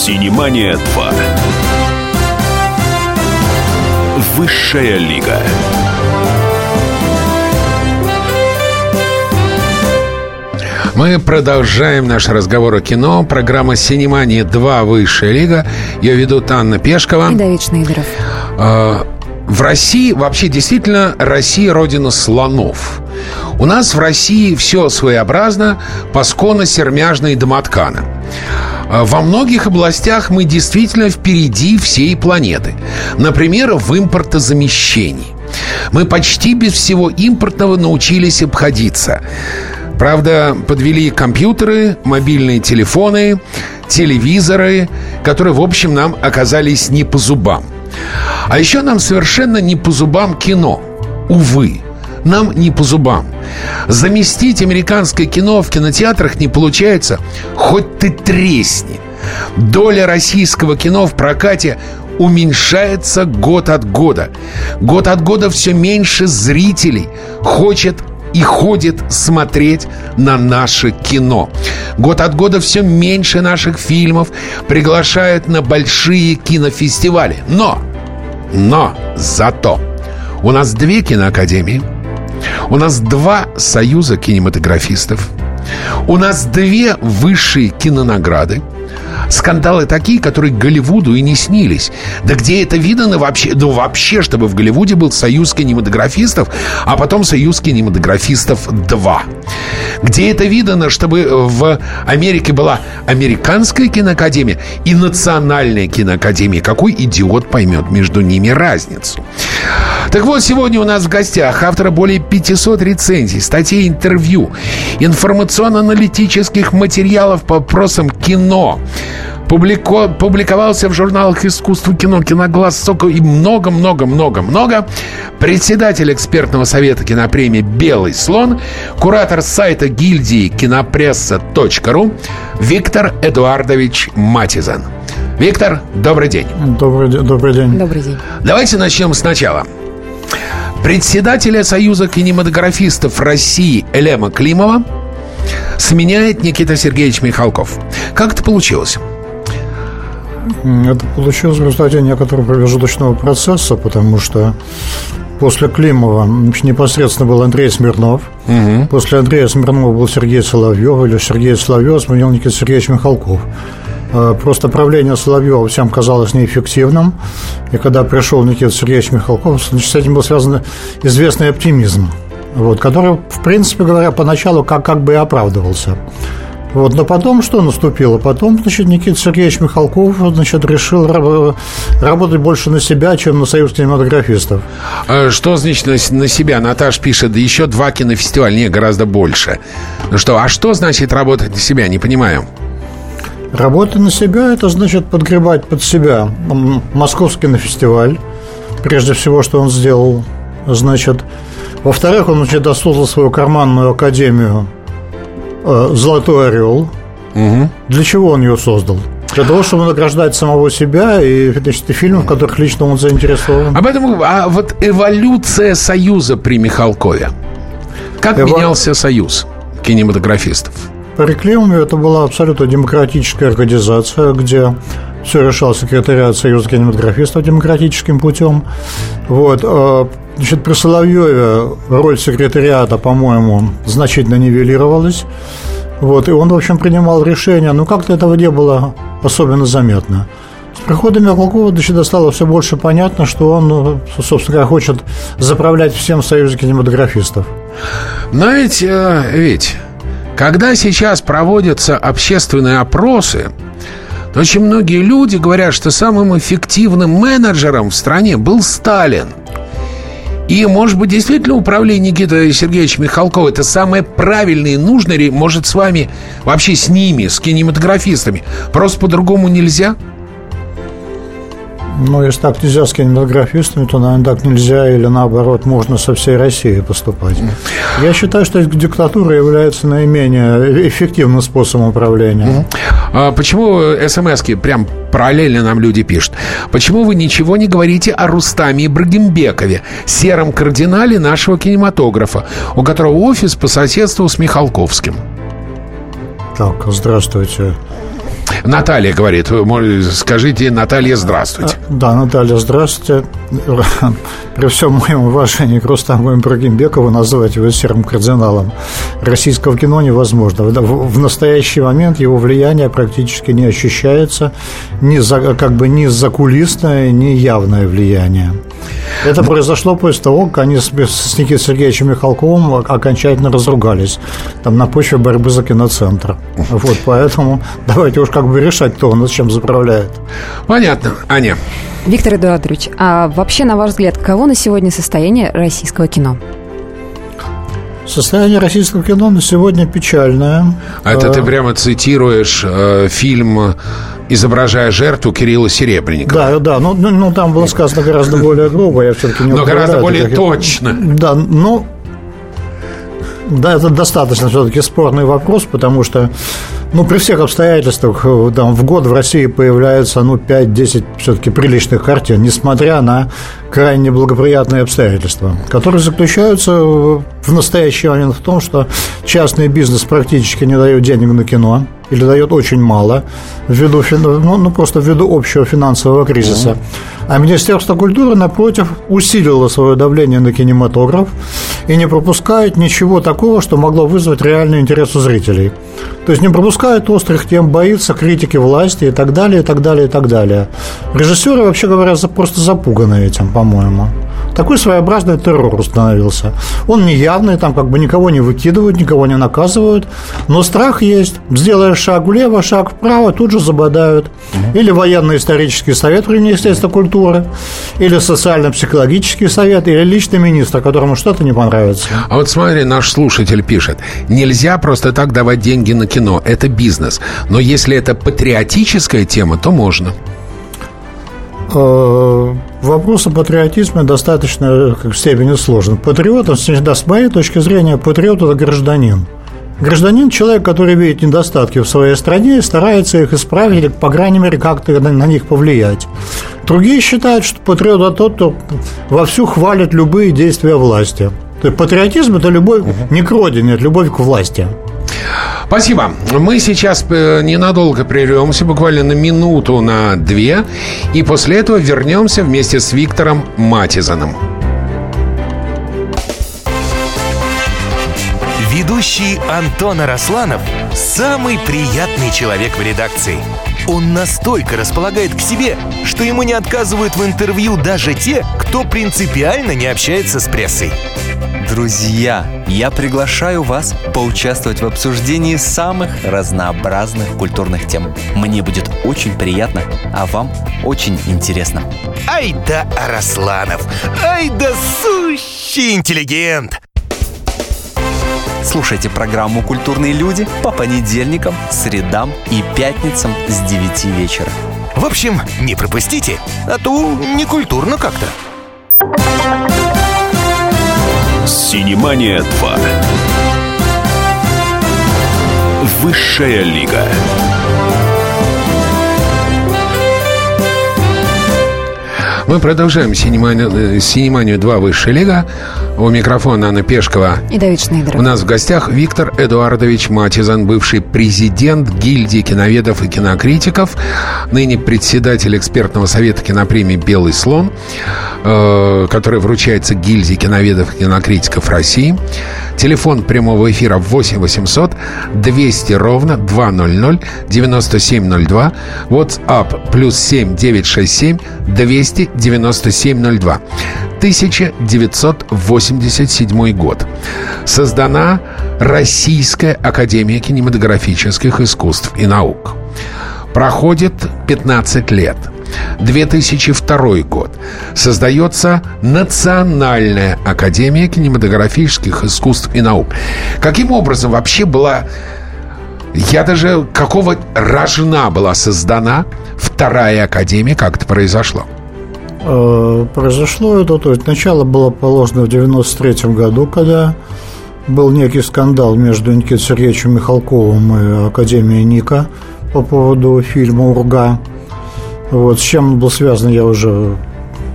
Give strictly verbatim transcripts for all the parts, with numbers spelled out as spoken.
Синемания два. Высшая лига. Мы продолжаем наш разговор о кино. Программа «Синемания два. Высшая лига». Ее ведут Анна Пешкова и Давид Шнейдеров. В России, вообще действительно, Россия — родина слонов. У нас в России все своеобразно, пасконно, сермяжно и домоткано. Во многих областях мы действительно впереди всей планеты. Например, в импортозамещении. Мы почти без всего импортного научились обходиться. Правда, подвели компьютеры, мобильные телефоны, телевизоры, которые, в общем, нам оказались не по зубам. А еще нам совершенно не по зубам кино. Увы, нам не по зубам. Заместить американское кино в кинотеатрах не получается, хоть ты тресни. Доля российского кино в прокате уменьшается год от года. Год от года все меньше зрителей хочет и ходит смотреть на наше кино. Год от года все меньше наших фильмов приглашают на большие кинофестивали. Но, но, зато у нас две киноакадемии, у нас два союза кинематографистов, у нас две высшие кинонаграды. Скандалы такие, которые Голливуду и не снились. Да где это видано вообще? Ну вообще, чтобы в Голливуде был союз кинематографистов, а потом союз кинематографистов два. Где это видано, чтобы в Америке была американская киноакадемия и национальная киноакадемия? Какой идиот поймет между ними разницу? Так вот, сегодня у нас в гостях автора более пятисот рецензий, статей, интервью, информационно-аналитических материалов по вопросам кино. Публико... Публиковался в журналах «Искусство кино», «Киноглаз», «Сокол» и много-много-много-много. Председатель экспертного совета кинопремии «Белый слон», куратор сайта гильдии кинопресса точка ру Виктор Эдуардович Матизан. Виктор, добрый день. Добрый, добрый день. Добрый день. Давайте начнем сначала. Председателя Союза кинематографистов России Элема Климова сменяет Никита Сергеевич Михалков. Как это получилось? Это получилось в результате некоторого промежуточного процесса, потому что после Климова непосредственно был Андрей Смирнов. Угу. После Андрея Смирнова был Сергей Соловьев, или Сергей Соловьев сменил Никита Сергеевич Михалков. Просто правление Соловьева всем казалось неэффективным. И когда пришел Никита Сергеевич Михалков, значит, с этим был связан известный оптимизм, вот, который, в принципе говоря, поначалу как, как бы и оправдывался. Вот, но потом что наступило? Потом, значит, Никита Сергеевич Михалков, значит, решил раб- работать больше на себя, чем на союз кинематографистов. А что значит на, на себя? Наташ пишет, да еще два кинофестиваля. Нет, гораздо больше. Ну что, а что значит работать на себя? Не понимаю. Работа на себя – это значит подгребать под себя Московский кинофестиваль. Прежде всего, что он сделал. Значит, во-вторых, он, значит, создал свою карманную академию «Золотой орел». Угу. Для чего он ее создал? Для того, чтобы награждать самого себя и, значит, и фильмов, в которых лично он заинтересован. Об этом, а вот эволюция союза при Михалкове. Как Эво... менялся союз кинематографистов? При Климове это была абсолютно демократическая организация, где все решал секретариат Союза кинематографистов демократическим путем. Вот. Значит, при Соловьеве роль секретариата, по-моему, значительно нивелировалась. Вот. И он, в общем, принимал решения, но как-то этого не было особенно заметно. С приходом Михалкова, значит, стало все больше понятно, что он, собственно говоря, хочет заправлять всем в Союзе кинематографистов. Но ведь, ведь когда сейчас проводятся общественные опросы, то очень многие люди говорят, что самым эффективным менеджером в стране был Сталин. И, может быть, действительно управление Никиты Сергеевича Михалкова — это самое правильное и нужное, может, с вами, вообще с ними, с кинематографистами, просто по-другому нельзя? Ну, если так нельзя с кинематографистами, то, наверное, так нельзя, или наоборот, можно со всей Россией поступать. Я считаю, что диктатура является наименее эффективным способом управления. А почему смс-ки прям параллельно нам люди пишут? Почему вы ничего не говорите о Рустаме Ибрагимбекове, сером кардинале нашего кинематографа, у которого офис по соседству с Михалковским? Так, здравствуйте. Наталья говорит, скажите, Наталья, здравствуйте. Да, Наталья, здравствуйте. При всем моем уважении к Рустаму Ибрагимбекову называть его серым кардиналом российского кино невозможно. В настоящий момент его влияние практически не ощущается, ни за, как бы ни закулисное, ни явное влияние. Это произошло после того, как они с, с Никитой Сергеевичем Михалковым окончательно разругались там, на почве борьбы за киноцентр. Вот, поэтому давайте уж как бы решать, кто у нас чем заправляет. Понятно. Аня. Виктор Эдуардович, а вообще, на ваш взгляд, каково на сегодня состояние российского кино? Состояние российского кино на сегодня печальное. А это ты прямо цитируешь э, фильм «Изображая жертву» Кирилла Серебренникова. Да, да, ну, ну, ну там было сказано гораздо более грубо, я все-таки не Но гораздо более таких... точно. Да, ну, да, это достаточно все-таки спорный вопрос, потому что, ну, при всех обстоятельствах там, в год в России появляется, ну, пять-десять все-таки приличных картин, несмотря на крайне благоприятные обстоятельства, которые заключаются в настоящий момент в том, что частный бизнес практически не дает денег на кино, или дает очень мало, ввиду, ну, ну, просто ввиду общего финансового кризиса. А Министерство культуры, напротив, усилило свое давление на кинематограф и не пропускает ничего такого, что могло вызвать реальный интерес у зрителей. То есть не пропускает острых тем, боится критики власти и так далее, и так далее, и так далее. Режиссеры, вообще говоря, просто запуганы этим, по-моему. Такой своеобразный террор установился. Он неявный, там как бы никого не выкидывают, никого не наказывают, но страх есть. Сделаешь шаг влево, шаг вправо, тут же забодают. Или военно-исторический совет при Министерстве культуры, или социально-психологический совет, или личный министр, которому что-то не понравится. А вот смотри, наш слушатель пишет: нельзя просто так давать деньги на кино, это бизнес. Но если это патриотическая тема, то можно. Вопрос о патриотизме достаточно в степени сложен. Патриот, да, с моей точки зрения, патриот – это гражданин. Гражданин – человек, который видит недостатки в своей стране и старается их исправить или, по крайней мере, как-то на них повлиять. Другие считают, что патриот – это тот, кто вовсю хвалит любые действия власти. То есть патриотизм – это любовь не к родине, это любовь к власти. Спасибо. Мы сейчас ненадолго прервемся, буквально на минуту, на две, и после этого вернемся вместе с Виктором Матизаном. Ведущий Антон Арасланов – самый приятный человек в редакции. Он настолько располагает к себе, что ему не отказывают в интервью даже те, кто принципиально не общается с прессой. Друзья, я приглашаю вас поучаствовать в обсуждении самых разнообразных культурных тем. Мне будет очень приятно, а вам очень интересно. Ай да Арасланов! Ай да сущий интеллигент! Слушайте программу «Культурные люди» по понедельникам, средам и пятницам с девяти вечера. В общем, не пропустите, а то некультурно как-то. Синемания два. Высшая лига. Мы продолжаем «Синеманию, Синеманию два. Высшая лига». У микрофона Анна Пешкова и Давид Шнейдер. У нас в гостях Виктор Эдуардович Матизан, бывший президент гильдии киноведов и кинокритиков, ныне председатель экспертного совета кинопремии «Белый слон», э, который вручается гильдии киноведов и кинокритиков России. Телефон прямого эфира восемь восемьсот двести ровно два ноль ноль девяносто семь ноль два. WhatsApp плюс семь девятьсот шестьдесят семь двести девяносто семь ноль два. тысяча девятьсот восемьдесят седьмой год. Создана Российская академия кинематографических искусств и наук. Проходит пятнадцать лет. две тысячи второй год. Создается Национальная академия кинематографических искусств и наук. Каким образом вообще была... Я даже... Какого рожна была создана Вторая академия? Как это произошло? Произошло это, то есть начало было положено в девяносто третьем году, когда был некий скандал между Никитой Сергеевичем Михалковым и Академией НИКа по поводу фильма «Урга». Вот, с чем он был связан, я уже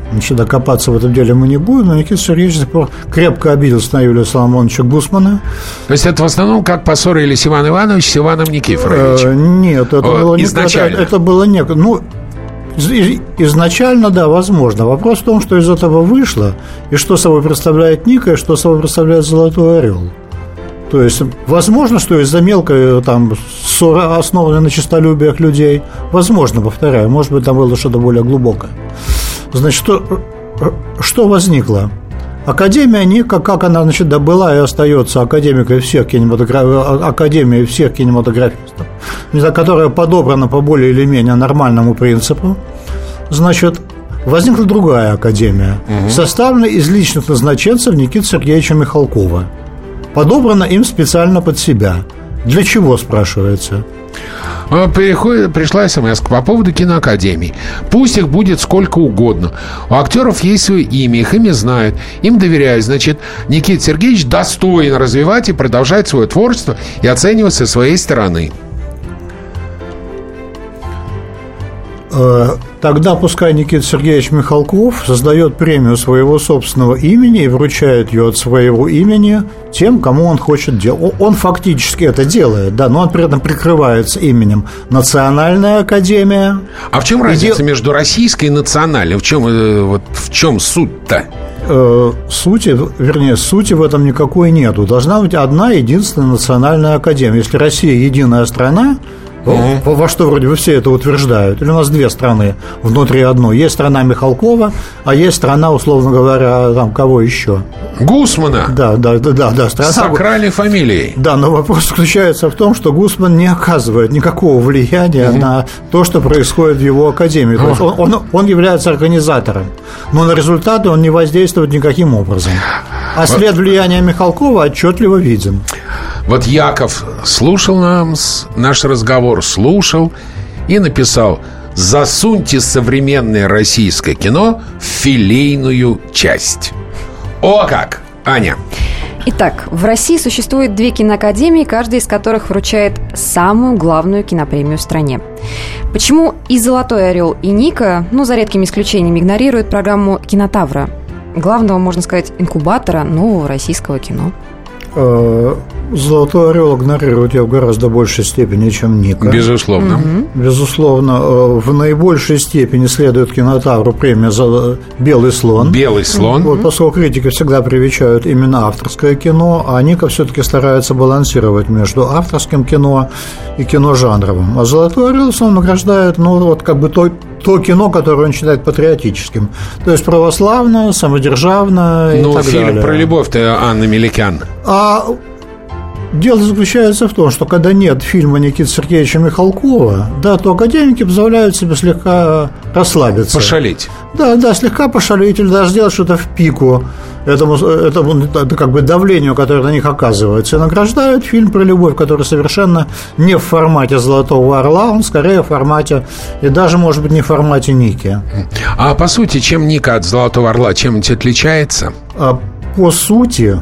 Значит, докопаться в этом деле мы не будем, но Никита Сергеевич до сих пор крепко обиделся на Юлия Соломоновича Гусмана. То есть это в основном как поссорились Иван Иванович с Иваном Никифоровичем? Э, нет, это О, было изначально. Не, это, это было не, ну, из, изначально, да, возможно. Вопрос в том, что из этого вышло, и что собой представляет Ника, и что собой представляет Золотой Орел. То есть, возможно, что из-за мелкой там ссоры, основанной на честолюбиях людей, возможно, повторяю, может быть, там было что-то более глубокое. Значит, что, что возникло? Академия Ника, как она, значит, да, была и остается академией всех, кинематограф... академией всех кинематографистов, которая подобрана по более или менее нормальному принципу, значит, возникла другая академия, угу. составлена из личных назначенцев Никиты Сергеевича Михалкова, подобрана им специально под себя. Для чего, спрашивается? Приходит, пришла смс по поводу киноакадемии. Пусть их будет сколько угодно. У актеров есть свое имя, их имя знают, им доверяют. Значит, Никита Сергеевич достоин развивать и продолжать свое творчество и оценивать со своей стороны. Тогда пускай Никита Сергеевич Михалков создает премию своего собственного имени и вручает ее от своего имени тем, кому он хочет делать. Он фактически это делает, да, но он при этом прикрывается именем Национальная академия. А в чем разница дел... между российской и национальной? В чем, вот, в чем суть-то? Э, сути, вернее, сути в этом никакой нету. Должна быть одна единственная национальная академия. Если Россия единая страна, Uh-huh. Во, во что вроде бы все это утверждают. Или у нас две страны внутри одной. Есть страна Михалкова, а есть страна, условно говоря, там кого еще? Гусмана. Да, да, да, да, да. Страна... С сакральной фамилией. Да, но вопрос заключается в том, что Гусман не оказывает никакого влияния uh-huh. на то, что происходит в его академии. То есть uh-huh. он, он, он является организатором, но на результаты он не воздействует никаким образом. А след влияния Михалкова отчетливо виден. Вот Яков слушал нам наш разговор, слушал и написал: засуньте современное российское кино в филейную часть. О как! Аня. Итак, в России существует две киноакадемии, каждая из которых вручает самую главную кинопремию в стране. Почему и «Золотой орел», и «Ника», ну, за редкими исключениями, игнорируют программу «Кинотавра», главного, можно сказать, инкубатора нового российского кино? «Золотой орел» игнорирует ее в гораздо большей степени, чем «Ника». Безусловно. Mm-hmm. Безусловно. В наибольшей степени следует «Кинотавру» премия за «Белый слон». «Белый слон». Вот, поскольку критики всегда привечают именно авторское кино, а «Ника» все-таки старается балансировать между авторским кино и кино жанровым. А «Золотой орел» в основном награждает, ну, вот как бы то, то кино, которое он считает патриотическим. То есть православное, самодержавное и ну, так далее. Ну, фильм далее. про любовь-то Анны Меликян. А дело заключается в том, что когда нет фильма Никиты Сергеевича Михалкова, да, то академики позволяют себе слегка расслабиться. Пошалить. Да, да, слегка пошалить или даже сделать что-то в пику этому, этому как бы давлению, которое на них оказывается. И награждают фильм про любовь, который совершенно не в формате «Золотого орла», он скорее в формате, и даже, может быть, не в формате «Ники». А по сути, чем «Ника» от «Золотого орла», чем-нибудь отличается? А, по сути,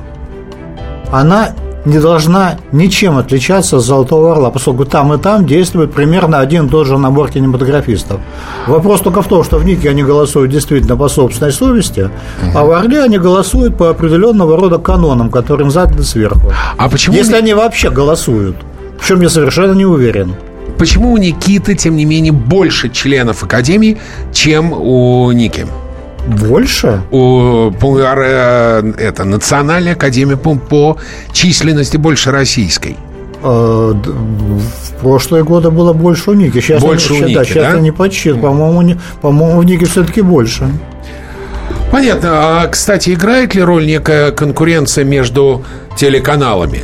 она не должна ничем отличаться от «Золотого орла», поскольку там и там действует примерно один и тот же набор кинематографистов. Вопрос только в том, что в «Нике» они голосуют действительно по собственной совести, угу. а в «Орле» они голосуют по определенного рода канонам, которые им заданы сверху. А почему? Если они вообще голосуют, в чем я совершенно не уверен. Почему у Никиты, тем не менее, больше членов Академии, чем у Ники? Больше? У, по, это, Национальная академия по, по численности больше российской. В прошлые годы было больше у Ники. Сейчас больше я, у Ники, да? Сейчас да? я не подсчитываю. По-моему, не, по-моему, в Нике все-таки больше. Понятно. А, кстати, играет ли роль некая конкуренция между телеканалами?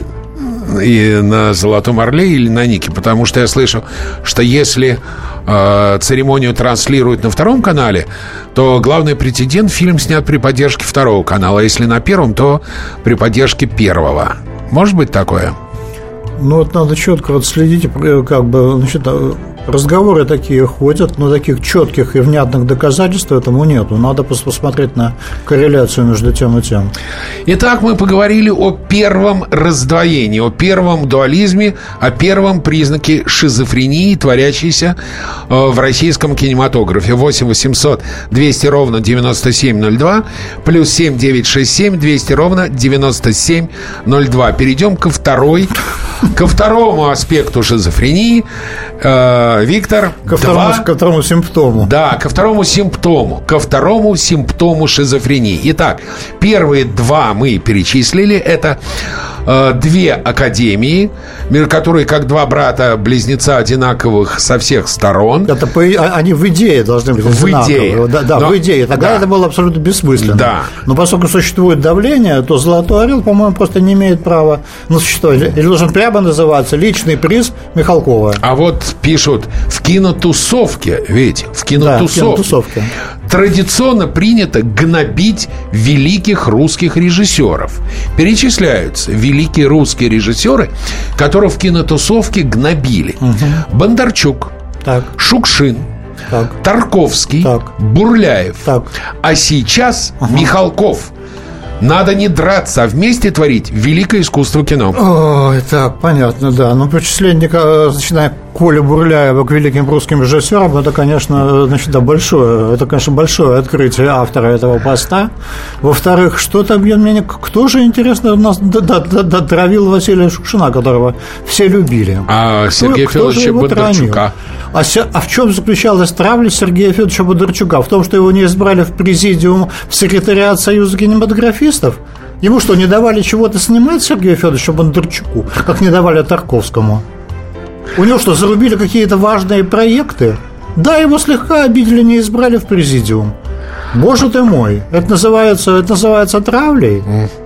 И на «Золотом орле» или на «Нике»? Потому что я слышал, что если э, церемонию транслируют на втором канале, то главный претендент — фильм снят при поддержке второго канала. А если на первом, то при поддержке первого. Может быть такое? Ну, вот надо четко вот следить, как бы, значит, Разговоры такие ходят, но таких четких и внятных доказательств этому нету. Надо посмотреть на корреляцию между тем и тем. Итак, мы поговорили о первом раздвоении, о первом дуализме, о первом признаке шизофрении, творящейся в российском кинематографе. восемь восемьсот двести ровно девяносто семь ноль два, плюс семь девятьсот шестьдесят семь двести ровно девяносто семь ноль два. Перейдем ко второй, ко второму аспекту шизофрении. Виктор, ко второму, два... ко второму симптому. Да, ко второму симптому. Ко второму симптому шизофрении. Итак, первые два мы перечислили. Это э, две академии, которые как два брата-близнеца одинаковых со всех сторон. Это по, они в идее должны быть в одинаковые. Идее. Да, да, Но, в идее. Тогда да. это было абсолютно бессмысленно. Да. Но поскольку существует давление, то «Золотой орел», по-моему, просто не имеет права на существование. Или должен прямо называться «Личный приз Михалкова». А вот пишут, в кинотусовке, ведь в кинотусовке, да, в кинотусовке традиционно принято гнобить великих русских режиссеров. Перечисляются великие русские режиссеры, которых в кинотусовке гнобили. Угу. Бондарчук, так. Шукшин, так. Тарковский, так. Бурляев. Так. А сейчас ага. Михалков. Надо не драться, а вместе творить великое искусство кино. Ой, так, понятно, да. Ну, причисление, начиная Коли Бурляева к великим русским режиссерам, это, конечно, значит, да, большое, это, конечно, большое открытие автора этого поста. Во-вторых, что там, мне, кто же, интересно, у нас дотравил Василия Шукшина, которого все любили? А кто, Сергея Федоровича Бондарчука. А, а в чем заключалась травля Сергея Федоровича Бондарчука? В том, что его не избрали в президиум, в секретариат Союза кинематографистов? Ему что, не давали чего-то снимать Сергею Федоровичу Бондарчуку, как не давали Тарковскому? У него что, зарубили какие-то важные проекты? Да, его слегка обидели, не избрали в президиум. Боже ты мой, это называется, это называется травлей.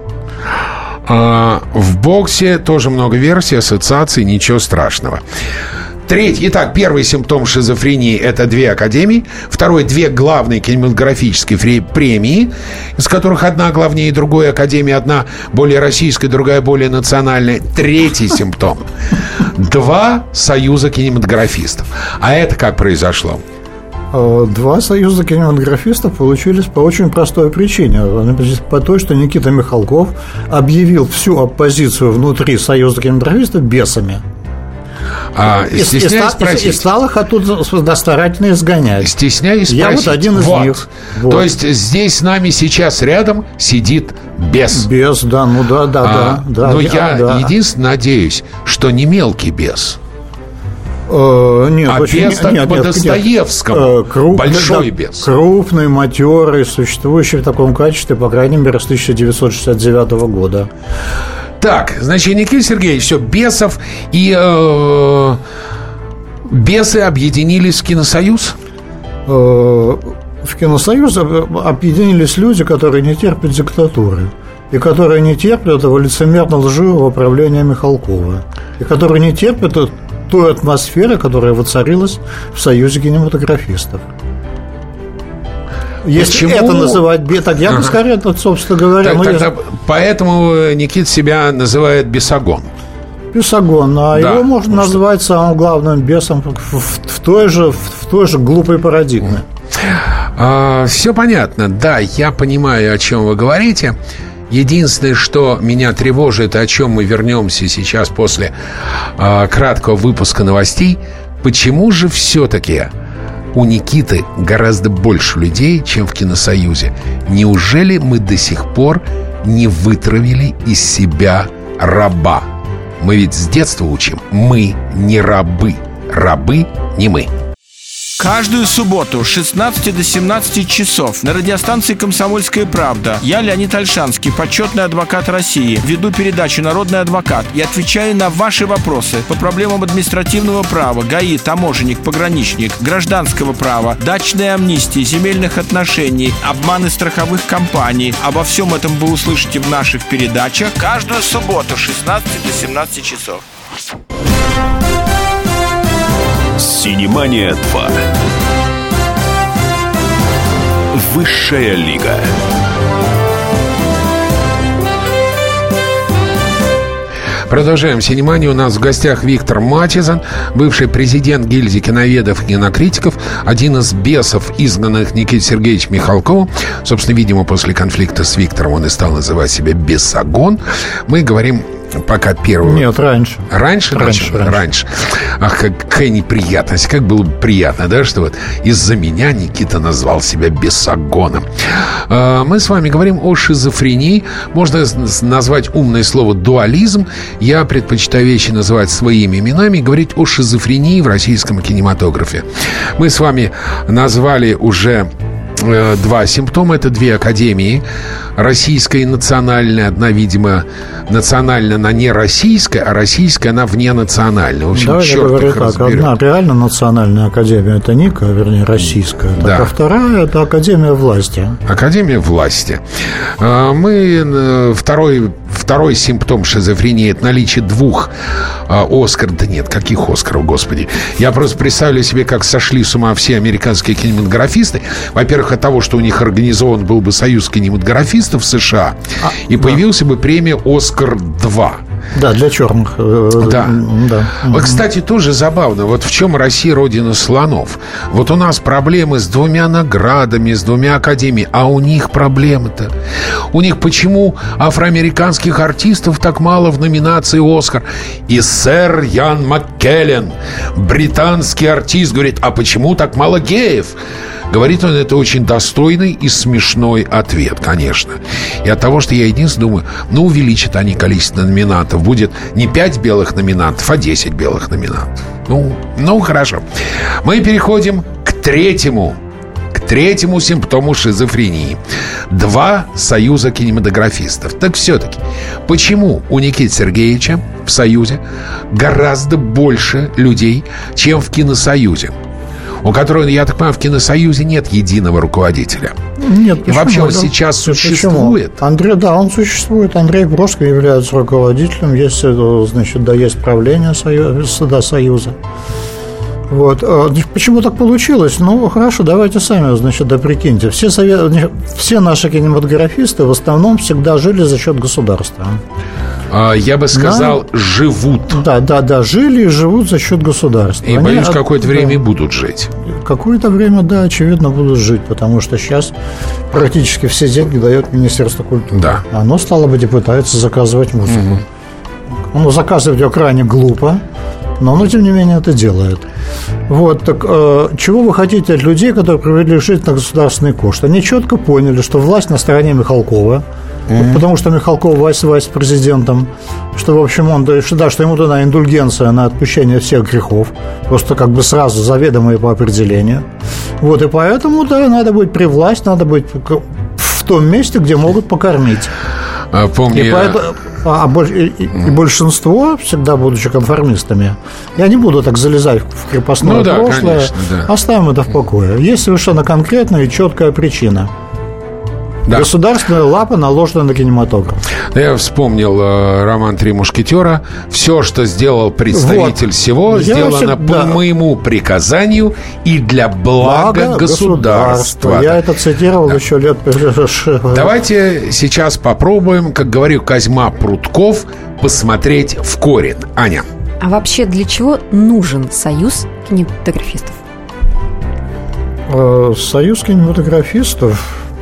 А, в боксе тоже много версий, ассоциаций, ничего страшного. Третий. Итак, первый симптом шизофрении – это две академии. Второй – две главные кинематографические премии, из которых одна главнее другой академии, одна более российская, другая более национальная. Третий симптом – два союза кинематографистов. А это как произошло? Два союза кинематографистов получились по очень простой причине. По той, что Никита Михалков объявил всю оппозицию внутри союза кинематографистов бесами. А, и, стесняюсь и, спросить. И стал их оттуда старательно изгонять. Стесняюсь Я спросить. вот один из вот. них. Вот. То есть здесь с нами сейчас рядом сидит бес. Бес, да, ну да, да, а, да. Но да, я да. единственное надеюсь, что не мелкий бес. Uh, нет, а очень, бес так нет, по нет, Достоевскому uh, круп, большой да, бес. Крупный, матерый, существующий в таком качестве, по крайней мере, с тысяча девятьсот шестьдесят девятого года. Так, значит, Никита Сергеевич, все, бесов и э, бесы объединились в киносоюз? Uh, в киносоюз объединились люди, которые не терпят диктатуры. И которые не терпят этого лицемерно-лживого правления Михалкова. И которые не терпят той атмосферы, которая воцарилась в Союзе кинематографистов. Если Почему? это называть бетом, я бы ага. скорее, собственно говоря... Так, ну, тогда, если... Поэтому Никита себя называет бесогон. Бесогон, а да, его можно назвать что... самым главным бесом в, в, в, той же, в, в той же глупой парадигме. А, все понятно, да, я понимаю, о чем вы говорите. Единственное, что меня тревожит, о чем мы вернемся сейчас после э, краткого выпуска новостей, почему же все-таки у Никиты гораздо больше людей, чем в Киносоюзе? Неужели мы до сих пор не вытравили из себя раба? Мы ведь с детства учим, мы не рабы, рабы не мы. Каждую субботу с шестнадцати до семнадцати часов на радиостанции «Комсомольская правда» я, Леонид Ольшанский, почетный адвокат России, веду передачу «Народный адвокат» и отвечаю на ваши вопросы по проблемам административного права, ГАИ, таможенник, пограничник, гражданского права, дачной амнистии, земельных отношений, обманы страховых компаний. Обо всем этом вы услышите в наших передачах каждую субботу с шестнадцати до семнадцати часов. Синемания два. Высшая лига. Продолжаем «Синеманию». У нас в гостях Виктор Матизан, бывший президент гильдии киноведов и кинокритиков, один из бесов, изгнанных Никитой Сергеевичем Михалковым. Собственно, видимо, после конфликта с Виктором он и стал называть себя «Бесогон». Мы говорим... Пока первую... Нет, раньше. Раньше? Раньше, раньше. раньше. Ах, какая неприятность. Как было бы приятно, да, что вот из-за меня Никита назвал себя бесогоном. Мы с вами говорим о шизофрении. Можно назвать умное слово дуализм. Я предпочитаю вещи называть своими именами и говорить о шизофрении в российском кинематографе. Мы с вами назвали уже... два симптома. Это две академии. Российская и национальная. Одна, видимо, национальная, она не российская, а российская, она вне национальная. В общем, да, черт я говорю их так. разберет. Одна реально национальная академия — это НИКа, вернее, российская. Да. А вторая — это академия власти. Академия власти. Мы... Второй, второй симптом шизофрении — это наличие двух Оскаров. Да нет, каких Оскаров, господи. Я просто представляю себе, как сошли с ума все американские кинематографисты. Во-первых, от того, что у них организован был бы союз кинематографистов в США, а, и появился да. бы премия «Оскар два». Да, для черных. Да. да. Вот, кстати, тоже забавно. Вот в чем Россия родина слонов. Вот у нас проблемы с двумя наградами, с двумя академиями. А у них проблемы-то. У них почему афроамериканских артистов так мало в номинации «Оскар»? И сэр Ян Маккеллен, британский артист, говорит: а почему так мало геев? Говорит он, это очень достойный и смешной ответ, конечно. И от того, что я единственное думаю, ну, увеличат они количество номинантов. Будет не пять белых номинантов, а десять белых номинантов. Ну, ну, хорошо. Мы переходим к третьему, к третьему симптому шизофрении. Два союза кинематографистов. Так все-таки, почему у Никиты Сергеевича в союзе гораздо больше людей, чем в киносоюзе? У которого, я так понимаю, в киносоюзе нет единого руководителя. Нет, и вообще он да? сейчас Почему? существует? Андрей, да, он существует. Андрей Бродский является руководителем. Есть, значит, да, есть правление союза, да, союза. Вот. Почему так получилось? Ну, хорошо, давайте сами, значит, да, прикиньте. Все, совет... все наши кинематографисты в основном всегда жили за счет государства. Я бы сказал, да, живут. Да, да, да, жили и живут за счет государства. И, Они боюсь, от... какое-то время да. и будут жить. Какое-то время, да, очевидно, будут жить, потому что сейчас практически все деньги дает Министерство культуры. Да. Оно, стало быть, и пытается заказывать музыку. Угу. Оно заказывает ее крайне глупо, но оно, тем не менее, это делает. Вот, так э, чего вы хотите от людей, которые провели жизнь на государственный кошт? Они четко поняли, что власть на стороне Михалкова, mm-hmm. вот, потому что Михалков власть, власть президентом, что, в общем, он, да, что ему дана индульгенция на отпущение всех грехов, просто как бы сразу заведомые по определению. Вот, и поэтому, да, надо быть при власти, надо быть в том месте, где могут покормить. А, помню, и, поэтому, а, и, и, и большинство, всегда будучи конформистами, я не буду так залезать в крепостное ну, да, прошлое, конечно, да. Оставим это в покое. Есть совершенно конкретная и четкая причина. Да. Государственная лапа наложена на кинематограф. Я вспомнил э, роман «Три мушкетера». Все, что сделал представитель вот. всего, Я сделано вообще, по да. моему приказанию и для блага, блага государства. государства. Я это цитировал да. еще лет. Давайте сейчас попробуем, как говорил Козьма Прутков, посмотреть в корень. Аня. А вообще для чего нужен союз кинематографистов? Союз кинематографистов,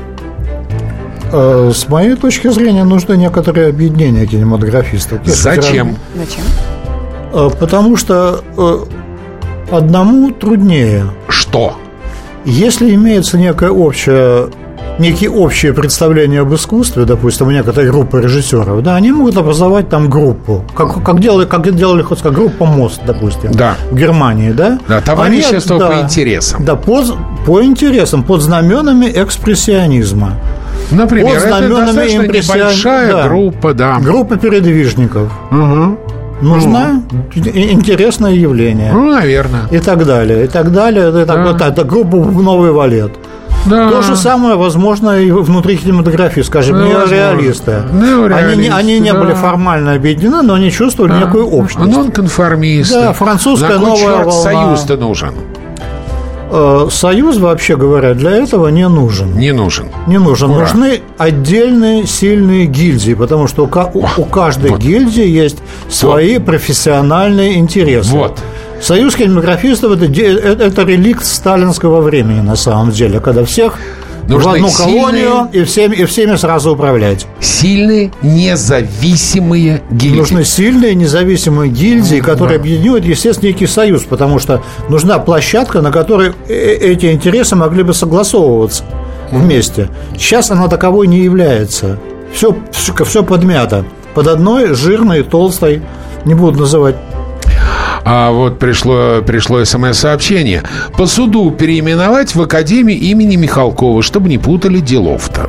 с моей точки зрения, нужно некоторые объединения кинематографистов. Зачем? Зачем? Потому что одному труднее. Что? Если имеется некое общее, некие общие представления об искусстве, допустим, у некоторой группы режиссеров, да, они могут образовать там группу, как, как делали, как делали хоть сказать, группа «Мост», допустим, да. в Германии, да? Да, товарищество они, по да, интересам. Да, по, по интересам, под знаменами экспрессионизма. Например, под это достаточно импрессион... небольшая да. группа, да. Группа передвижников. Угу. Нужна угу. интересное явление. Ну, наверное. И так далее, и так далее. Это, да. вот, это группа «Новый валет». Да. То же самое, возможно, и внутри кинематографии, скажем, ну, неореалисты. Они, не, они не да. были формально объединены, но они чувствовали да. некую общность. Нонконформисты. Да, французская на новая волна. Союз-то нужен. Союз, вообще говоря, для этого не нужен. Не нужен. Не нужен. Ура. Нужны отдельные сильные гильдии, потому что у, у, у каждой вот. гильдии есть свои вот. профессиональные интересы. Вот. Союз кинематографистов это, это, это реликт сталинского времени, на самом деле, когда всех нужны в одну колонию сильные, и, всеми, и всеми сразу управлять. Сильные, независимые гильдии. Нужны сильные, независимые гильдии, mm-hmm. которые объединяют, естественно, некий союз, потому что нужна площадка, на которой эти интересы могли бы согласовываться mm-hmm. вместе. Сейчас она таковой не является. Все, все, все подмято. Под одной жирной, толстой, не буду называть. А вот пришло, пришло смс-сообщение. По суду переименовать в Академию имени Михалкова, чтобы не путали делов-то.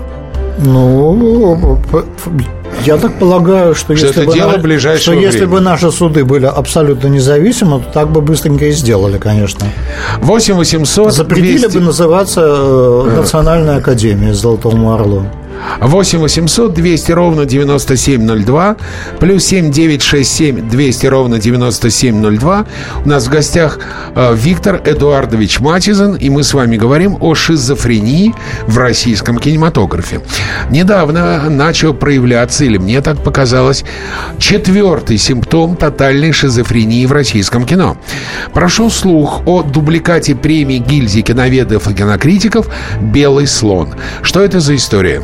Ну, я так полагаю, что, что, если, бы, на... что если бы наши суды были абсолютно независимы, то так бы быстренько и сделали, конечно. восемь восемьсот Запретили двести... бы называться э, Национальная Академия Золотому Орлу. восемь восемьсот двести ровно девяносто семь ноль два, плюс семь девять шесть семь двести ровно девяносто семь ноль два. У нас в гостях э, Виктор Эдуардович Матизен, и мы с вами говорим о шизофрении в российском кинематографе. Недавно начал проявляться, или мне так показалось, четвертый симптом тотальной шизофрении в российском кино. Прошел слух о дубликате премии гильдии киноведов и кинокритиков «Белый слон». Что это за история?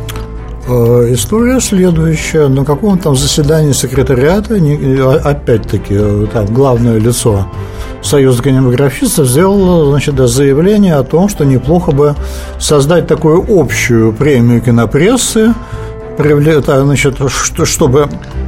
История следующая. На каком-то там заседании секретариата, опять-таки, там главное лицо Союза кинематографистов сделало, значит, заявление о том, что неплохо бы создать такую общую премию кинопрессы, значит, чтобы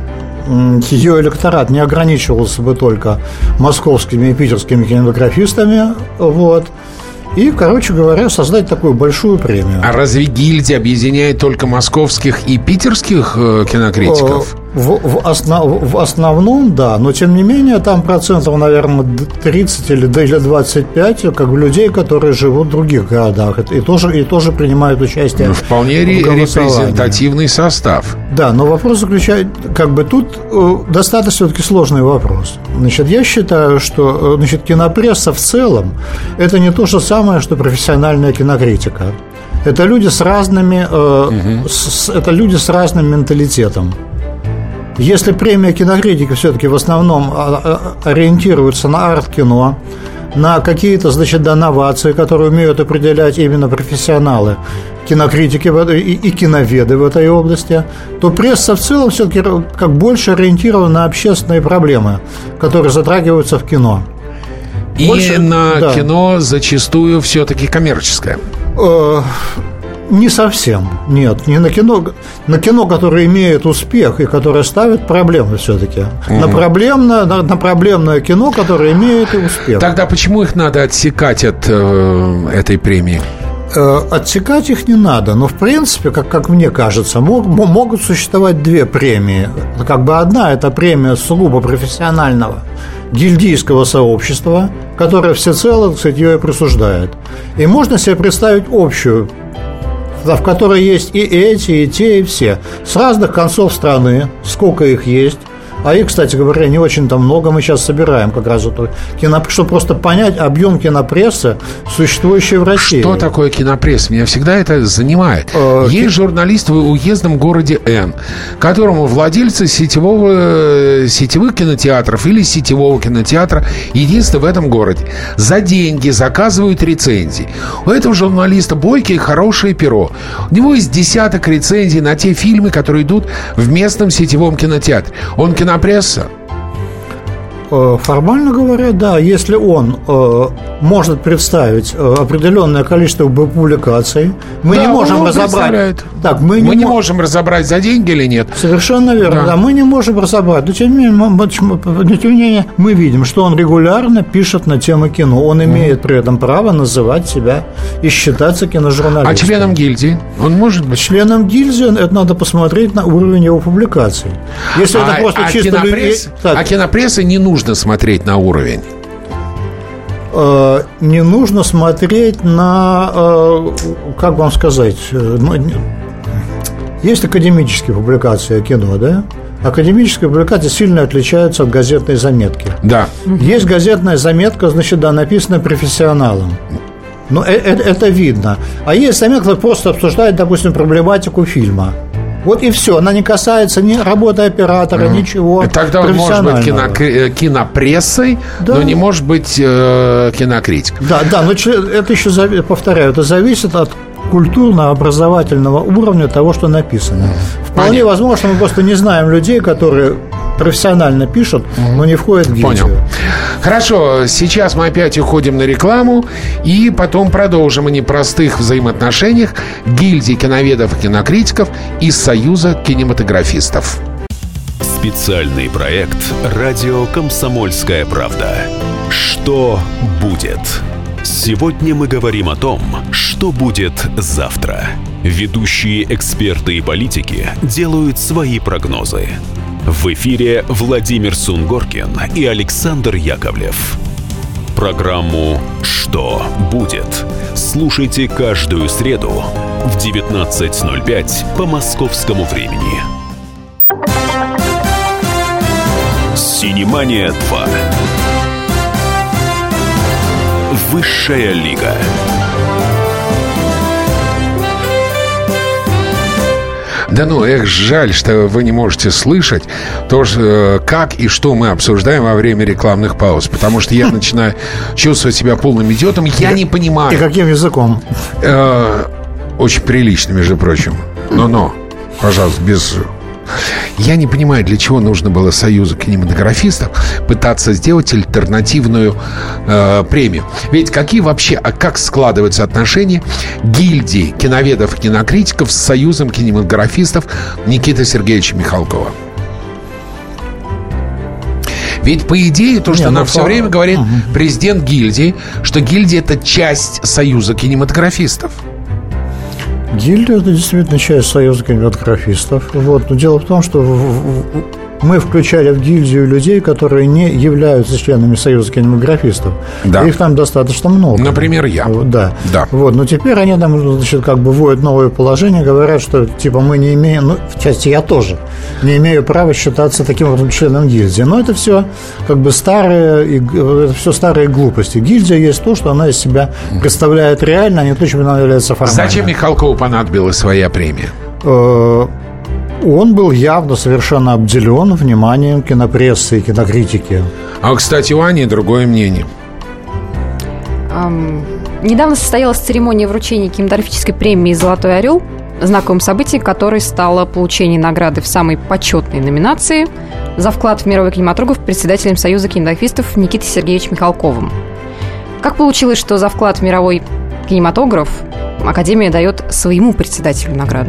ее электорат не ограничивался бы только московскими и питерскими кинематографистами, вот. И, короче говоря, создать такую большую премию. А разве гильдия объединяет только московских и питерских э, кинокритиков? В, в, основ, в основном, да. Но, тем не менее, там процентов, наверное, тридцать или, или двадцать пять как бы людей, которые живут в других городах и тоже, и тоже принимают участие. Ну, вполне в репрезентативный состав. Да, но вопрос заключается, как бы тут э, достаточно все-таки сложный вопрос. Значит, я считаю, что значит, кинопресса в целом это не то же самое, что профессиональная кинокритика. Это люди с разными, э, угу. с, это люди с разным менталитетом. Если премия кинокритики все-таки в основном ориентируется на арт-кино, на какие-то, значит, да, новации, которые умеют определять именно профессионалы, кинокритики и, и киноведы в этой области, то пресса в целом все-таки как больше ориентирована на общественные проблемы, которые затрагиваются в кино. И больше, на да. кино зачастую все-таки коммерческое. Не совсем, нет, не на кино, на кино, которое имеет успех и которое ставит проблемы все-таки, угу. на, проблемное, на, на проблемное кино, которое имеет успех. Тогда почему их надо отсекать от э, этой премии? Э, отсекать их не надо, но в принципе, как, как мне кажется, мог, могут существовать две премии. Как бы одна – это премия сугубо профессионального гильдийского сообщества, которое всецело, так сказать, ее и присуждает. И можно себе представить общую, в которой есть и эти, и те, и все. С разных концов страны, сколько их есть. А их, кстати говоря, не очень-то много. Мы сейчас собираем как раз эту кино, чтобы просто понять объем кинопрессы, существующей в России. Что такое кинопресса? Меня всегда это занимает. Э, есть ки... журналист в уездном городе Н, которому владельцы сетевого, сетевых кинотеатров или сетевого кинотеатра, единственное в этом городе, за деньги заказывают рецензии. У этого журналиста бойкое и хорошее перо. У него есть десяток рецензий на те фильмы, которые идут в местном сетевом кинотеатре. Он кинопресса? Пресса? Формально говоря, да, если он э, может представить э, определенное количество публикаций, мы да, не можем разобрать. Так, мы мы не, не можем разобрать, за деньги или нет. Совершенно верно, да. Да, мы не можем разобрать. Но тем не менее, мы, тем не менее, мы видим, что он регулярно пишет на темы кино. Он имеет при этом право называть себя и считаться киножурналистом. А членом гильдии? Он может быть? Членом гильдии это надо посмотреть на уровень его публикаций. Если а, это просто а чисто кинопресс, люди... А кинопресса не нужно нужно смотреть на уровень? Э, не нужно смотреть на, э, как вам сказать, э, есть академические публикации о кино, да? Академические публикации сильно отличаются от газетной заметки. Да. Есть газетная заметка, значит, да, написанная профессионалом. Ну, это, это видно. А есть момент, кто просто обсуждает, допустим, проблематику фильма. Вот и все. Она не касается ни работы оператора, mm. ничего. Тогда он может быть кино, кинопрессой, да. но не может быть э, кинокритиком. Да, да, но это еще, повторяю, это зависит от культурно-образовательного уровня того, что написано. Вполне Понятно. возможно, что мы просто не знаем людей, которые профессионально пишут, mm-hmm. но не входят в гильдию. Понял. Хорошо, сейчас мы опять уходим на рекламу и потом продолжим о непростых взаимоотношениях гильдии киноведов и кинокритиков и Союза кинематографистов. Специальный проект «Радио Комсомольская правда». Что будет? Сегодня мы говорим о том, что будет завтра. Ведущие эксперты и политики делают свои прогнозы. В эфире Владимир Сунгоркин и Александр Яковлев. Программу «Что будет?» слушайте каждую среду в девятнадцать ноль пять по московскому времени. «Синемания два». Высшая лига. Да ну, эх, жаль, что вы не можете слышать то, что, как и что мы обсуждаем во время рекламных пауз. Потому что я начинаю чувствовать себя полным идиотом. Я не понимаю. И каким языком? Очень прилично, между прочим. Но-но, пожалуйста, без... Я не понимаю, для чего нужно было Союзу кинематографистов пытаться сделать альтернативную э, премию. Ведь какие вообще, а как складываются отношения гильдии киноведов и кинокритиков с Союзом кинематографистов Никиты Сергеевича Михалкова? Ведь, по идее, то, что Не, нам ну, все по... время говорит угу. президент гильдии, что гильдия – это часть Союза кинематографистов. Гильдия – это действительно часть Союза кинематографистов. Вот. Но дело в том, что в, в, мы включали в гильдию людей, которые не являются членами Союза кинематографистов. Да. Их там достаточно много. Например, я. Да. да. Вот. Но теперь они там, значит, как бы вводят новое положение, говорят, что типа мы не имеем, ну, в части я тоже не имею права считаться таким вот членом гильдии. Но это все как бы старые, это все старые глупости. Гильдия есть то, что она из себя представляет реально, а не то, чем она является формально. Зачем Михалкову понадобилась своя премия? Он был явно совершенно обделен вниманием кинопрессы и кинокритики. А, кстати, у Ани другое мнение. Um, недавно состоялась церемония вручения кинематографической премии «Золотой орел», знаковым событием которой стало получение награды в самой почетной номинации за вклад в мировой кинематограф председателем Союза кинематографистов Никитой Сергеевичем Михалковым. Как получилось, что за вклад в мировой кинематограф Академия дает своему председателю награду?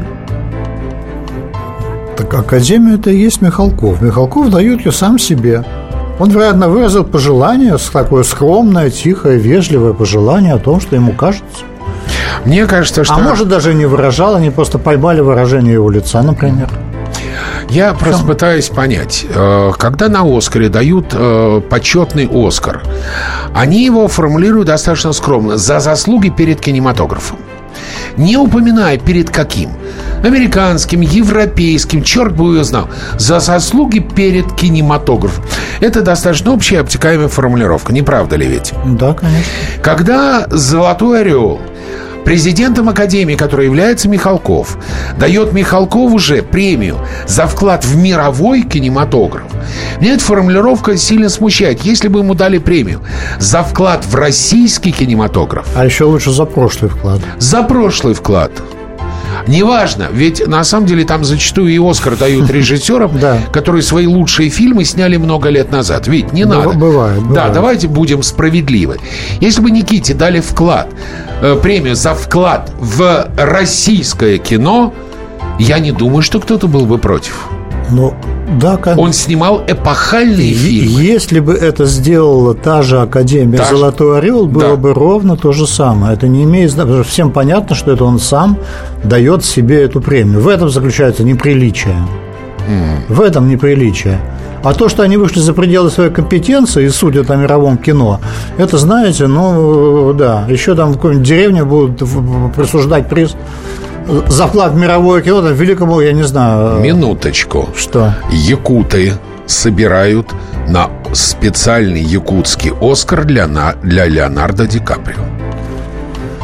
Так Академия – это и есть Михалков. Михалков дает ее сам себе. Он, вероятно, выразил пожелание, такое скромное, тихое, вежливое пожелание о том, что ему кажется. Мне кажется, что... А может, даже не выражал, они просто поймали выражение его лица, например. Я просто Чем? пытаюсь понять, когда на «Оскаре» дают почетный «Оскар», они его формулируют достаточно скромно: за заслуги перед кинематографом. Не упоминая перед каким. Американским, европейским, черт бы ее знал. За заслуги перед кинематографом. Это достаточно общая обтекаемая формулировка. Не правда ли ведь? Да, конечно. Когда «Золотой орел» президентом Академии, который является Михалков, дает Михалкову же премию за вклад в мировой кинематограф, меня эта формулировка сильно смущает. Если бы ему дали премию за вклад в российский кинематограф... А еще лучше за прошлый вклад. За прошлый вклад. Неважно, ведь на самом деле там зачастую и «Оскар» дают режиссерам, которые свои лучшие фильмы сняли много лет назад. Ведь не надо. Бывает, бывает. Да, давайте будем справедливы. Если бы Никите дали вклад, премию за вклад в российское кино, я не думаю, что кто-то был бы против. Ну, да, как... Он снимал эпохальные фильмы. Если бы это сделала та же Академия, та «Золотой орел», было да. бы ровно то же самое. Это не имеет значения. Всем понятно, что это он сам дает себе эту премию. В этом заключается неприличие. Mm. В этом неприличие. А то, что они вышли за пределы своей компетенции и судят о мировом кино, это, знаете, ну, да, еще там в какой-нибудь деревне будут присуждать приз за вклад в мировое кино, там, великому, я не знаю... Минуточку. Что? Якуты собирают на специальный якутский «Оскар» для, для Леонардо Ди Каприо.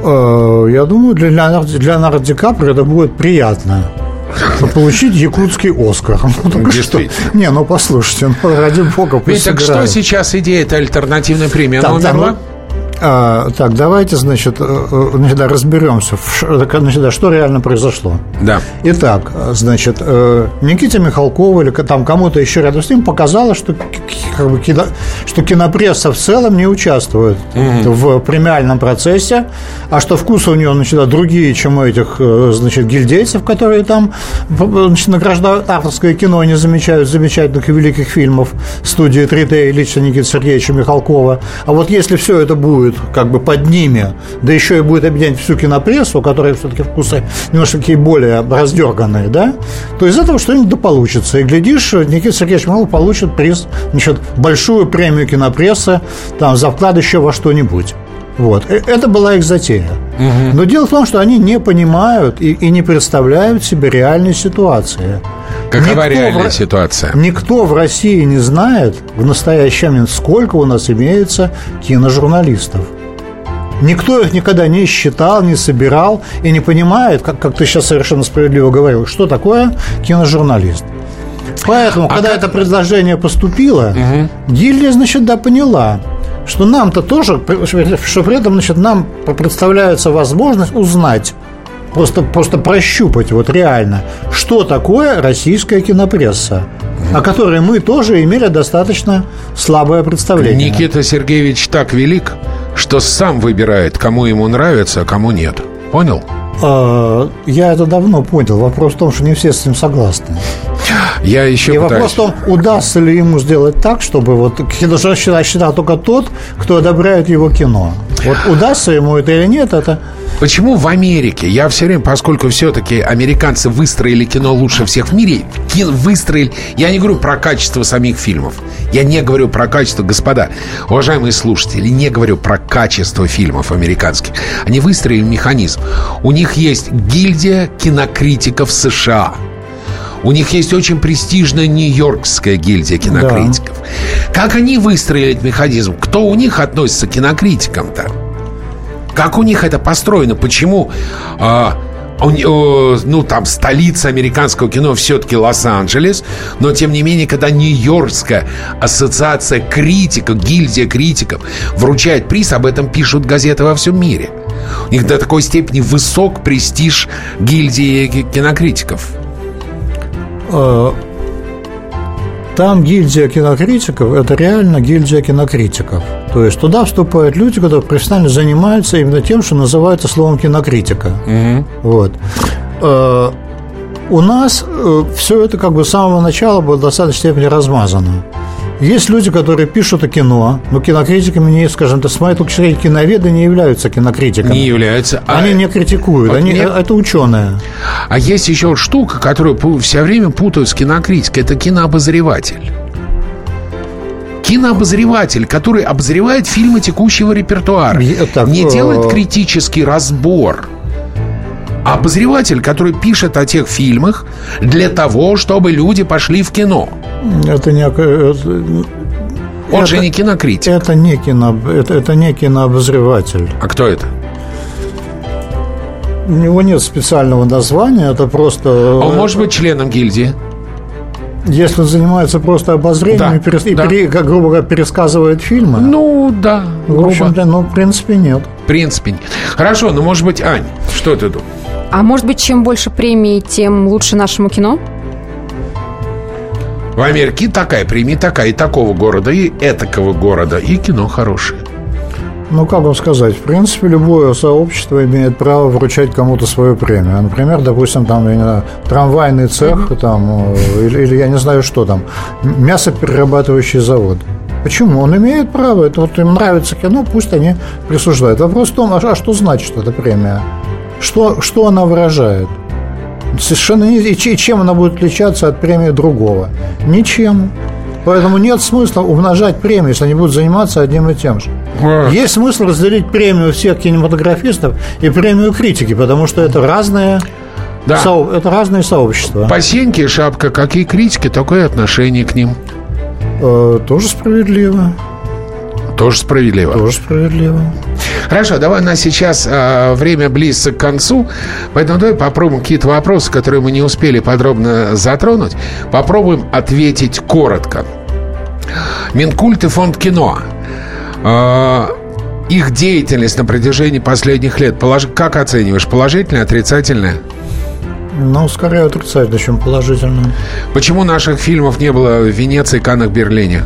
Я думаю, для Леонардо, для Леонардо Ди Каприо это будет приятно. Получить якутский Оскар. Ну, что? Не, ну послушайте, ну, ради бога. Ведь так что сейчас идея? Это альтернативная премия. Она умерла? А, так, давайте, значит, значит да, разберемся, значит, да, что реально произошло. Да. Итак, значит, Никите Михалкову или там кому-то еще рядом с ним показалось, что, как бы, кино, что кинопресса в целом не участвует угу. в премиальном процессе, а что вкусы у нее, значит, да, другие, чем у этих, значит, гильдейцев, которые там, значит, награждают авторское кино, они замечают замечательных и великих фильмов студии три дэ и лично Никиты Сергеевича Михалкова. А вот если все это будет как бы под ними, да еще и будет объединять всю кинопрессу, которая все-таки вкусы немножко такие более раздерганные, да, то из этого что-нибудь да получится. И, глядишь, Никита Сергеевич Михалков получит приз, значит, большую премию кинопрессы там, за вклад еще во что-нибудь. Вот. Это была их затея. Угу. Но дело в том, что они не понимают и, и не представляют себе реальной ситуации. Какова никто реальная в, ситуация? Никто в России не знает в настоящий момент, сколько у нас имеется киножурналистов. Никто их никогда не считал, не собирал и не понимает, как, как ты сейчас совершенно справедливо говорил, что такое киножурналист. Поэтому, а когда как... это предложение поступило, угу. гильдия, значит, да, поняла, что нам-то тоже, что при этом, значит, нам представляется возможность узнать, просто, просто прощупать вот реально, что такое российская кинопресса, о которой мы тоже имели достаточно слабое представление. Никита Сергеевич так велик, что сам выбирает, кому ему нравится, а кому нет. Понял? Я это давно понял. Вопрос в том, что не все с этим согласны. Я еще И пытаюсь. вопрос в том, удастся ли ему сделать так, чтобы вот киножурналист считал только тот, кто одобряет его кино. Вот удастся ему это или нет, это... Почему в Америке? Я все время, поскольку все-таки американцы выстроили кино лучше всех в мире, кино выстроили... Я не говорю про качество самих фильмов. Я не говорю про качество, господа, уважаемые слушатели, не говорю про качество фильмов американских. Они выстроили механизм. У них есть гильдия кинокритиков США. У них есть очень престижная Нью-Йоркская гильдия кинокритиков. Да. Как они выстроили этот механизм? Кто у них относится к кинокритикам-то? Как у них это построено? Почему, э, э, ну, там, столица американского кино все-таки Лос-Анджелес, но, тем не менее, когда Нью-Йоркская ассоциация критиков, гильдия критиков вручает приз, об этом пишут газеты во всем мире. У них до такой степени высок престиж гильдии кинокритиков. Там гильдия кинокритиков – это реально гильдия кинокритиков. То есть туда вступают люди, которые профессионально занимаются именно тем, что называется словом кинокритика. Угу. Вот. У нас все это как бы с самого начала было в достаточной степени размазано. Есть люди, которые пишут о кино, но кинокритиками не, скажем так, с моей точки зрения, киноведы не являются кинокритиками. Не являются. Они а... не критикуют, вот они, мне... это ученые. А есть еще штука, которую все время путают с кинокритикой. Это кинообозреватель. Кинообозреватель, который обозревает фильмы текущего репертуара. Так, не делает критический разбор. А обозреватель, который пишет о тех фильмах для того, чтобы люди пошли в кино. Это не... Это, Он это, же не кинокритик. Это не, кино, это, это не кинообозреватель. А кто это? У него нет специального названия, это просто... А он может быть членом гильдии? Если он занимается просто обозрением да, и, перес... да. и пере... как, грубо говоря, пересказывает фильмы. Ну, да. В общем-то, ну, в принципе, нет. В принципе, нет. Хорошо, ну, может быть, Ань, что ты думаешь? А может быть, чем больше премий, тем лучше нашему кино? В Америке такая премия, такая, и такого города, и этакого города, и кино хорошее. Ну, как вам сказать, в принципе, любое сообщество имеет право вручать кому-то свою премию. Например, допустим, там, я не знаю, трамвайный цех, там, или, или я не знаю, что там, мясоперерабатывающий завод. Почему? Он имеет право, это вот им нравится кино, пусть они присуждают. Вопрос в том, а что значит эта премия? Что, что она выражает? Совершенно не... И чем она будет отличаться от премии другого? Ничем. Поэтому нет смысла умножать премии, если они будут заниматься одним и тем же. А. Есть смысл разделить премию всех кинематографистов и премию критики, потому что это разные, да. со... это разные сообщества. По Сеньке шапка, какие критики, такое отношение к ним. Э, тоже справедливо. Тоже справедливо. Тоже справедливо. Хорошо, давай, у нас сейчас э, время близится к концу, поэтому давай попробуем какие-то вопросы, которые мы не успели подробно затронуть, попробуем ответить коротко. Минкульт и фонд кино. Э, их деятельность на протяжении последних лет, полож... как оцениваешь? Положительная, отрицательная? Ну, скорее отрицательно, чем положительно. Почему наших фильмов не было в Венеции, Каннах, Берлине?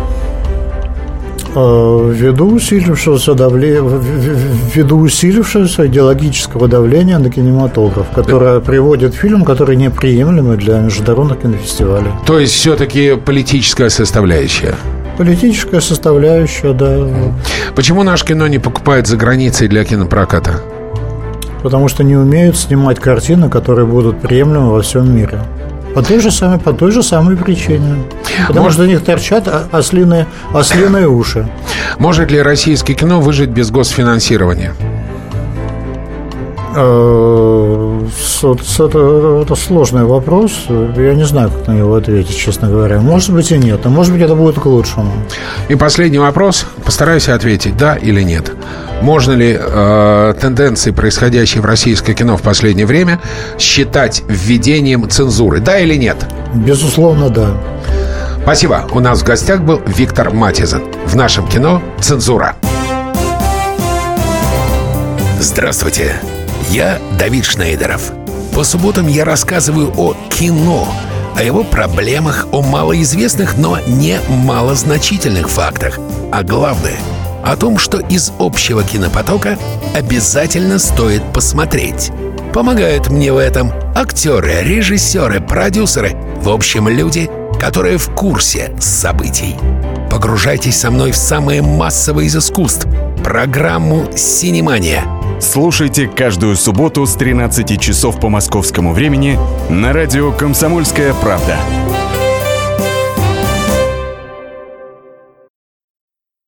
Ввиду усилившегося, давле... Ввиду усилившегося идеологического давления на кинематограф, которое приводит фильм, который неприемлемый для международных кинофестивалей. То есть все-таки политическая составляющая? Политическая составляющая, да. Почему наше кино не покупают за границей для кинопроката? Потому что не умеют снимать картины, которые будут приемлемы во всем мире. По той же самой, по той же самой причине. Потому Может... что у них торчат ослиные, ослиные уши. Может ли российское кино выжить без госфинансирования? Это, это сложный вопрос. Я не знаю, как на него ответить, честно говоря. Может быть и нет, а может быть это будет к лучшему. И последний вопрос. Постараюсь ответить, да или нет. Можно ли э, тенденции, происходящие в российское кино в последнее время, считать введением цензуры? Да или нет? Безусловно, да. Спасибо. У нас в гостях был Виктор Матизан. В нашем кино «Цензура». Здравствуйте. Я Давид Шнейдеров. По субботам я рассказываю о кино, о его проблемах, о малоизвестных, но не малозначительных фактах. А главное — о том, что из общего кинопотока обязательно стоит посмотреть. Помогают мне в этом актеры, режиссеры, продюсеры, в общем, люди, которые в курсе событий. Погружайтесь со мной в самое массовое из искусств — программу «Синемания». Слушайте каждую субботу с тринадцати часов по московскому времени на радио «Комсомольская правда».